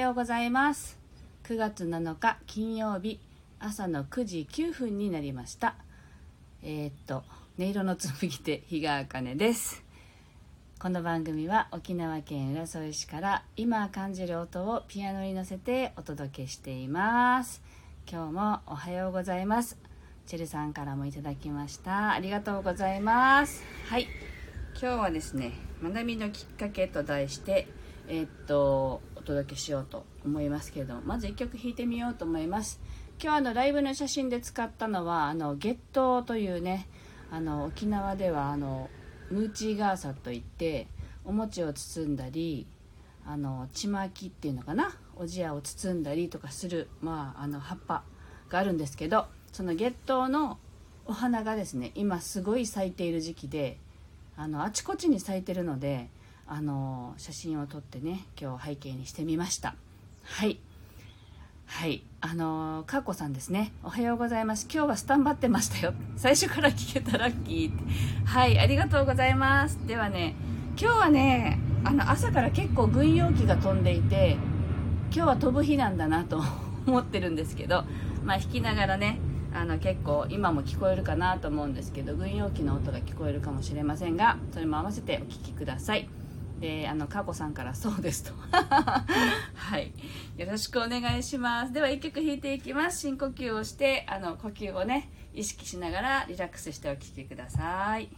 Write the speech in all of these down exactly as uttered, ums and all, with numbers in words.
ようございます。くがつなのか金曜日、朝のくじきゅうふんになりました。えー、っと音色の紡ぎ手比嘉茜です。この番組は沖縄県浦添市から今感じる音をピアノに乗せてお届けしています。今日もおはようございます。チェルさんからもいただきました。ありがとうございます。はい、今日はですね、学びのきっかけと題してえー、っとお届けしようと思いますけれども、まずいっきょく弾いてみようと思います。今日あのライブの写真で使ったのはあの月桃というね、あの沖縄ではあのムーチーガーサといってお餅を包んだり、あのちまきっていうのかな、おじやを包んだりとかする、まあ、あの葉っぱがあるんですけど、その月桃のお花がですね、今すごい咲いている時期で、あのあちこちに咲いてるので、あの写真を撮ってね、今日背景にしてみました。はいはい、あのかーこさんですね、おはようございます。今日はスタンバってましたよ、最初から聞けたラッキーって。はい、ありがとうございます。ではね、今日はね、あの朝から結構軍用機が飛んでいて、今日は飛ぶ日なんだなと思ってるんですけど、まあ弾きながらね、あの結構今も聞こえるかなと思うんですけど、軍用機の音が聞こえるかもしれませんが、それも合わせてお聞きください。で、あのかーこさんからそうですとはい、よろしくお願いします。ではいっきょく弾いていきます。深呼吸をして、あの呼吸をね意識しながらリラックスしてお聴きください。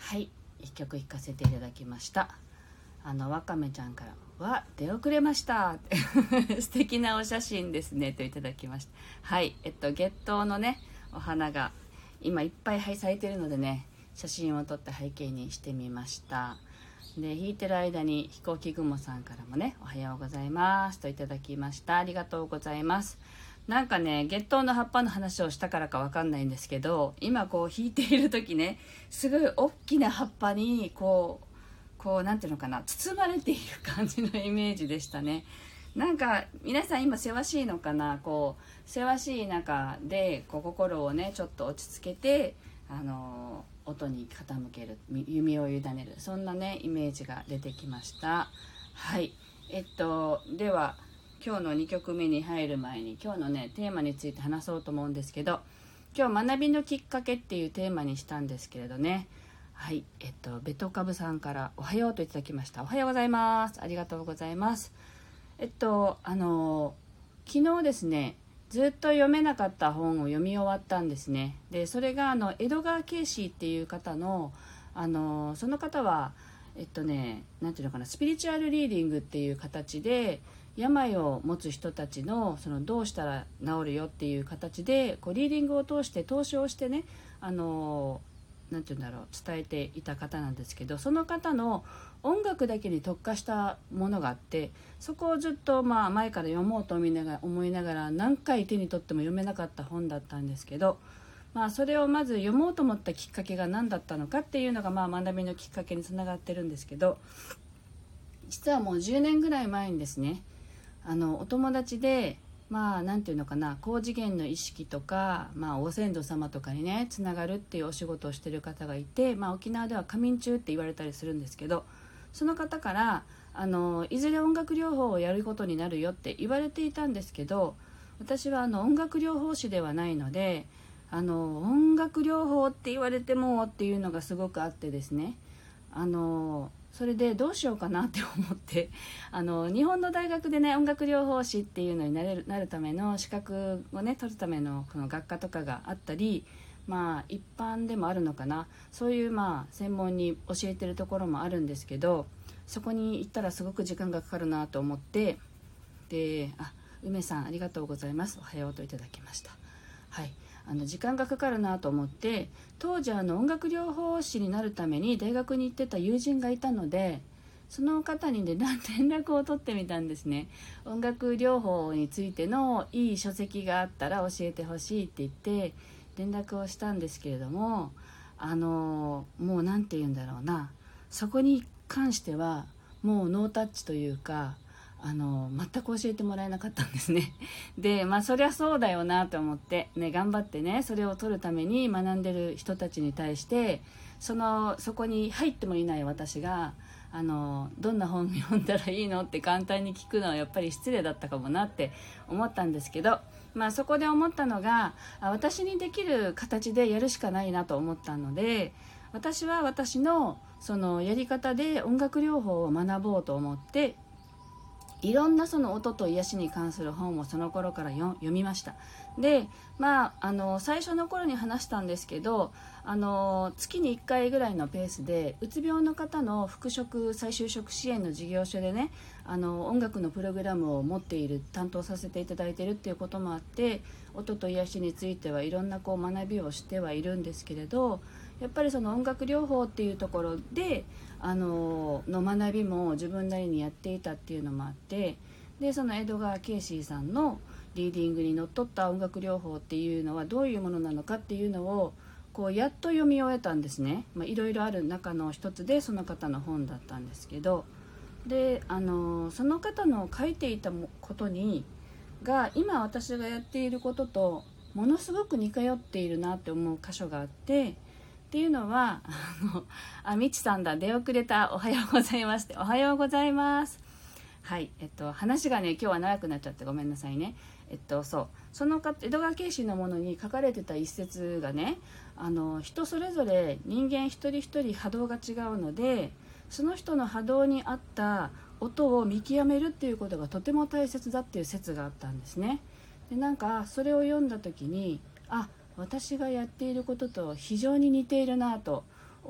はい、一曲弾かせていただきました。あのわかめちゃんからは出遅れました素敵なお写真ですねといただきました。はい、えっと月桃のねお花が今いっぱい咲いてるのでね、写真を撮って背景にしてみました。で弾いてる間に飛行機雲さんからもねおはようございますといただきました。ありがとうございます。なんかね月桃の葉っぱの話をしたからかわかんないんですけど、今こう弾いている時ねすごい大きな葉っぱにこうこうなんていうのかな、包まれている感じのイメージでしたね。なんか皆さん今せわしいのかな、こうせわしい中でこう心をねちょっと落ち着けて、あのー、音に傾ける、弓を委ねる、そんなねイメージが出てきました。はい、えっとでは今日のにきょくめに入る前に今日のねテーマについて話そうと思うんですけど、今日学びのきっかけっていうテーマにしたんですけれどね。はい、えっとベトカブさんからおはようといただきました。おはようございます。ありがとうございます。えっとあの昨日ですね、ずっと読めなかった本を読み終わったんですね。でそれがあのエドガー・ケイシーっていう方のあのその方はえっとねなんていうのかな、スピリチュアルリーディングっていう形で病を持つ人たちのそのどうしたら治るよっていう形でこうリーディングを通して投資をしてね、あのなんていうんだろう、伝えていた方なんですけど、その方の音楽だけに特化したものがあって、そこをずっとまあ前から読もうと思いながら思いながら何回手に取っても読めなかった本だったんですけど、まあそれをまず読もうと思ったきっかけが何だったのかっていうのがまあ学びのきっかけにつながってるんですけど、実はもうじゅうねんぐらい前にですね、あのお友達でまあなんていうのかな、高次元の意識とか、まあ、ご先祖様とかにねつながるっていうお仕事をしてる方がいて、まあ、沖縄では仮眠中って言われたりするんですけど、その方からあのいずれ音楽療法をやることになるよって言われていたんですけど、私はあの音楽療法士ではないので、あの音楽療法って言われてもっていうのがすごくあってですね、あのそれでどうしようかなって思ってあの日本の大学でね音楽療法士っていうのになれるなるための資格をね取るためのこの学科とかがあったり、まあ一般でもあるのかな、そういうまあ専門に教えてるところもあるんですけど、そこに行ったらすごく時間がかかるなと思って、であ梅さんありがとうございます、おはようといただきました。はい、あの時間がかかるなと思って、当時あの音楽療法士になるために大学に行ってた友人がいたので、その方にね連絡を取ってみたんですね。音楽療法についてのいい書籍があったら教えてほしいって言って連絡をしたんですけれども、あのもうなんて言うんだろうな、そこに関してはもうノータッチというか、あの全く教えてもらえなかったんですね。でまあそりゃそうだよなと思って、ね、頑張ってねそれを取るために学んでる人たちに対して、そのそこに入ってもいない私があのどんな本読んだらいいのって簡単に聞くのはやっぱり失礼だったかもなって思ったんですけど、まあそこで思ったのが、私にできる形でやるしかないなと思ったので、私は私のそのやり方で音楽療法を学ぼうと思って、いろんなその音と癒しに関する本をその頃から読みました。でまああの最初の頃に話したんですけど、あの月にいっかいぐらいのペースでうつ病の方の復職再就職支援の事業所でね、あの音楽のプログラムを持っている担当させていただいているっていうこともあって、音と癒しについてはいろんなこう学びをしてはいるんですけれど、やっぱりその音楽療法っていうところであのの学びも自分なりにやっていたっていうのもあって、でそのエドガー・ケイシーさんのリーディングにのっとった音楽療法っていうのはどういうものなのかっていうのをこうやっと読み終えたんですね。いろいろある中の一つでその方の本だったんですけど、であのその方の書いていたことにが今私がやっていることとものすごく似通っているなって思う箇所があって、っていうのはあのあみちさんだ、出遅れた、おはようございますって、おはようございます。はい、えっと話がね今日は長くなっちゃってごめんなさいね。えっとそうそのか江戸川慶子のものに書かれてた一節がね、あの人それぞれ人間一人一人波動が違うので、その人の波動に合った音を見極めるっていうことがとても大切だっていう説があったんですね。でなんかそれを読んだ時に、あ私がやっていることと非常に似ているなと思っ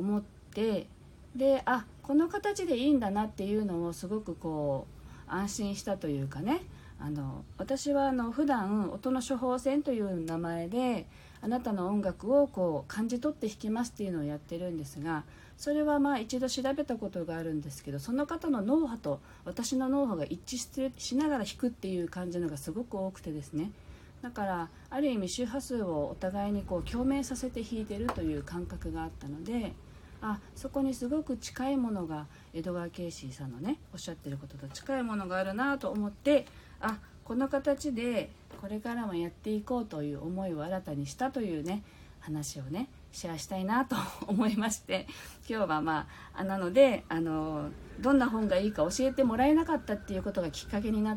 て、であこの形でいいんだなっていうのをすごくこう安心したというかね、あの私はあの普段音の処方箋という名前であなたの音楽をこう感じ取って弾きますっていうのをやってるんですが、それはまあ一度調べたことがあるんですけど、その方の脳波と私の脳波が一致してしながら弾くっていう感じのがすごく多くてですね、だからある意味周波数をお互いにこう共鳴させて弾いてるという感覚があったので、あそこにすごく近いものが江戸川慶子さんのねおっしゃってることと近いものがあるなと思って、あこの形でこれからもやっていこうという思いを新たにしたというね話をねシェアしたいなと思いまして、今日はまあなのであのどんな本がいいか教えてもらえなかったっていうことがきっかけになって、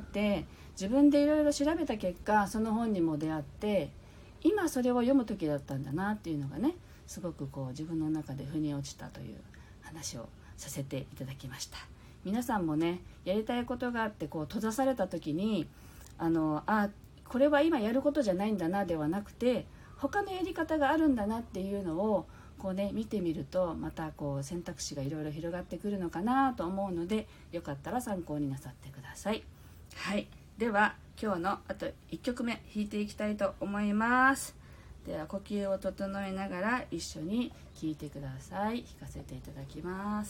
自分でいろいろ調べた結果その本にも出会って、今それを読む時だったんだなっていうのがねすごくこう自分の中で腑に落ちたという話をさせていただきました。皆さんもねやりたいことがあってこう閉ざされた時にあのあこれは今やることじゃないんだなではなくて、他のやり方があるんだなっていうのをこうね見てみると、またこう選択肢がいろいろ広がってくるのかなと思うので、よかったら参考になさってください。はい、では今日のあといっきょくめ弾いていきたいと思います。では呼吸を整えながら一緒に聴いてください。弾かせていただきます。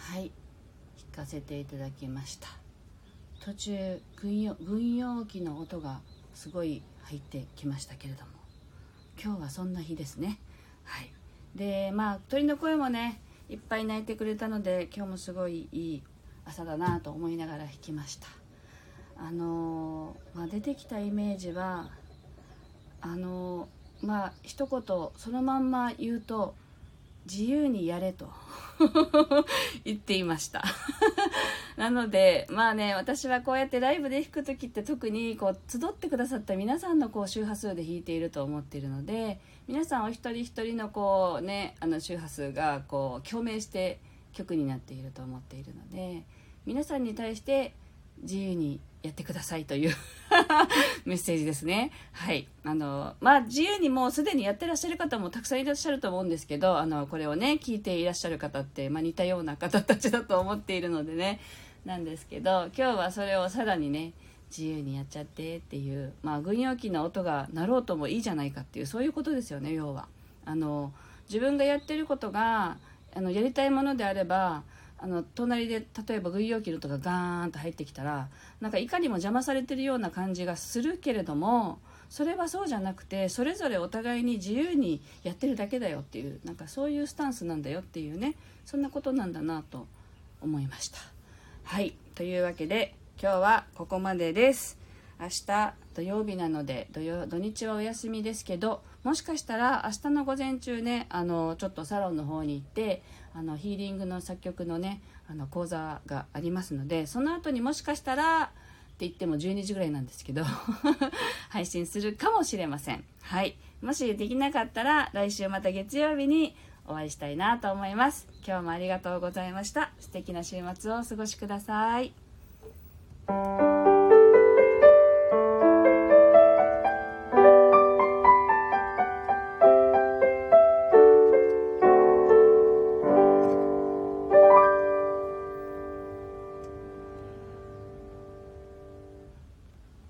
はい弾かせていただきました。途中軍用、軍用機の音がすごい入ってきましたけれども、今日はそんな日ですね。はい。でまあ鳥の声もねいっぱい鳴いてくれたので、今日もすごいいい朝だなと思いながら弾きました。あのーまあ、出てきたイメージはあのー、まあ一言そのまんま言うと、自由にやれと言っていましたなのでまあね、私はこうやってライブで弾く時って特にこう集ってくださった皆さんのこう周波数で弾いていると思っているので、皆さんお一人一人のこうね、あの周波数がこう共鳴して曲になっていると思っているので、皆さんに対して自由にやってくださいというメッセージですね。はい。あの、まあ、自由にもうすでにやってらっしゃる方もたくさんいらっしゃると思うんですけど、あの、これをね、聞いていらっしゃる方って、まあ、似たような方たちだと思っているのでね、なんですけど、今日はそれをさらにね、自由にやっちゃってっていう、まあ、軍用機の音が鳴ろうともいいじゃないかっていう、そういうことですよね、要は。あの、自分がやってることが、あの、やりたいものであれば、あの隣で例えば軍用機の音がガーンと入ってきたら、なんかいかにも邪魔されてるような感じがするけれども、それはそうじゃなくて、それぞれお互いに自由にやってるだけだよっていう、なんかそういうスタンスなんだよっていうね、そんなことなんだなと思いました。はい、というわけで今日はここまでです。明日土曜日なので土曜土日はお休みですけど、もしかしたら明日の午前中ね、あのちょっとサロンの方に行って、あのヒーリングの作曲のね、あの講座がありますので、その後にもしかしたらって言ってもじゅうにじぐらいなんですけど配信するかもしれません。はい、もしできなかったら来週また月曜日にお会いしたいなと思います。今日もありがとうございました。素敵な週末をお過ごしください。